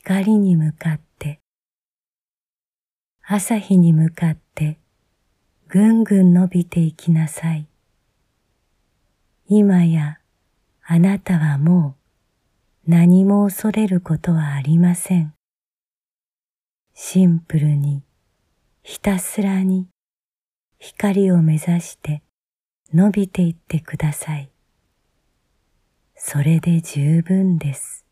光に向かって、朝日に向かってぐんぐん伸びていきなさい。今やあなたはもう何も恐れることはありません。シンプルに、ひたすらに光を目指して伸びていってください。それで十分です。